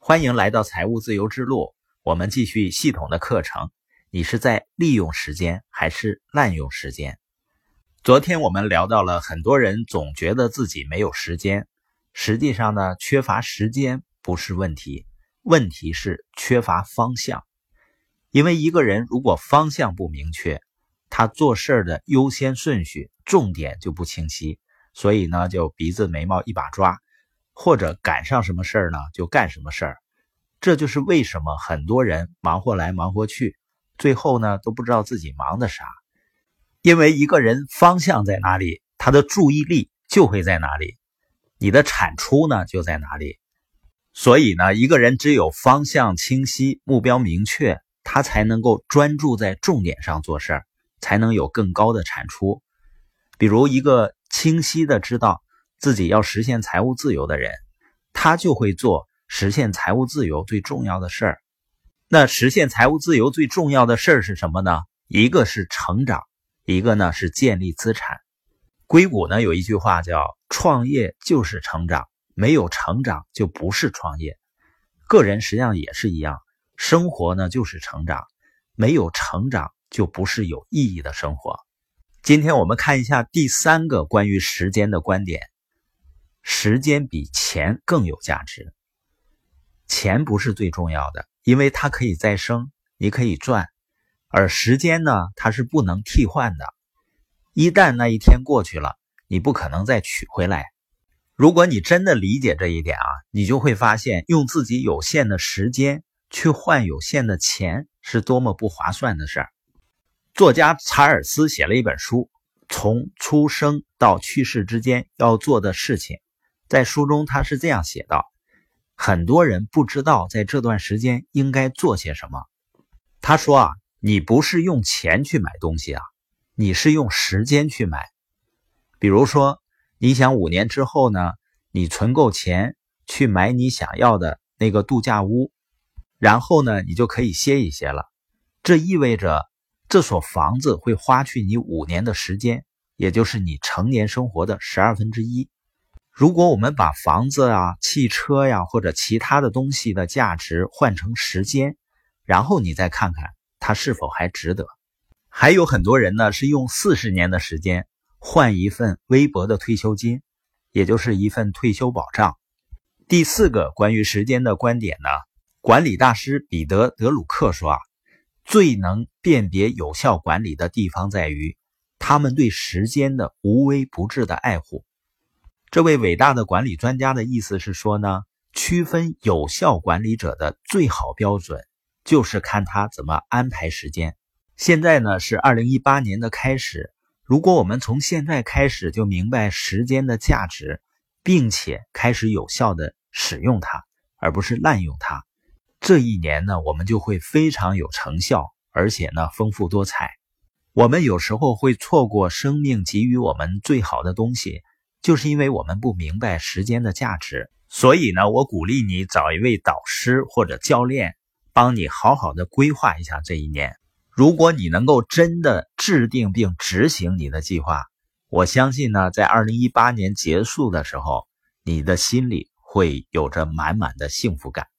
欢迎来到财务自由之路，我们继续系统的课程。你是在利用时间还是滥用时间？昨天我们聊到了很多人总觉得自己没有时间，实际上呢，缺乏时间不是问题，问题是缺乏方向。因为一个人如果方向不明确，他做事的优先顺序、重点就不清晰，所以呢，就鼻子眉毛一把抓，或者赶上什么事儿呢，就干什么事儿。这就是为什么很多人忙活来忙活去，最后呢都不知道自己忙的啥。因为一个人方向在哪里，他的注意力就会在哪里，你的产出呢就在哪里。所以呢，一个人只有方向清晰、目标明确，他才能够专注在重点上做事儿，才能有更高的产出。比如一个清晰的知道自己要实现财务自由的人，他就会做实现财务自由最重要的事儿。那实现财务自由最重要的事儿是什么呢？一个是成长，一个呢是建立资产。硅谷呢有一句话叫创业就是成长，没有成长就不是创业。个人实际上也是一样，生活呢就是成长，没有成长就不是有意义的生活。今天我们看一下第三个关于时间的观点。时间比钱更有价值。钱不是最重要的，因为它可以再生，你可以赚，而时间呢，它是不能替换的。一旦那一天过去了，你不可能再取回来。如果你真的理解这一点啊，你就会发现用自己有限的时间去换有限的钱是多么不划算的事儿。作家查尔斯写了一本书，从出生到去世之间要做的事情。在书中他是这样写道，很多人不知道在这段时间应该做些什么。他说啊，你不是用钱去买东西啊，你是用时间去买。比如说，你想5年之后呢，你存够钱去买你想要的那个度假屋，然后呢，你就可以歇一歇了。这意味着这所房子会花去你5年的时间，也就是你成年生活的1/12。如果我们把房子啊、汽车呀或者其他的东西的价值换成时间，然后你再看看它是否还值得。还有很多人呢是用40年的时间换一份微薄的退休金，也就是一份退休保障。第四个关于时间的观点呢，管理大师彼得·德鲁克说啊，最能辨别有效管理的地方在于他们对时间的无微不至的爱护。这位伟大的管理专家的意思是说呢，区分有效管理者的最好标准就是看他怎么安排时间。现在呢是2018年的开始，如果我们从现在开始就明白时间的价值，并且开始有效的使用它，而不是滥用它，这一年呢我们就会非常有成效，而且呢丰富多彩。我们有时候会错过生命给予我们最好的东西，就是因为我们不明白时间的价值。所以呢，我鼓励你找一位导师或者教练，帮你好好的规划一下这一年。如果你能够真的制定并执行你的计划，我相信呢，在2018年结束的时候，你的心里会有着满满的幸福感。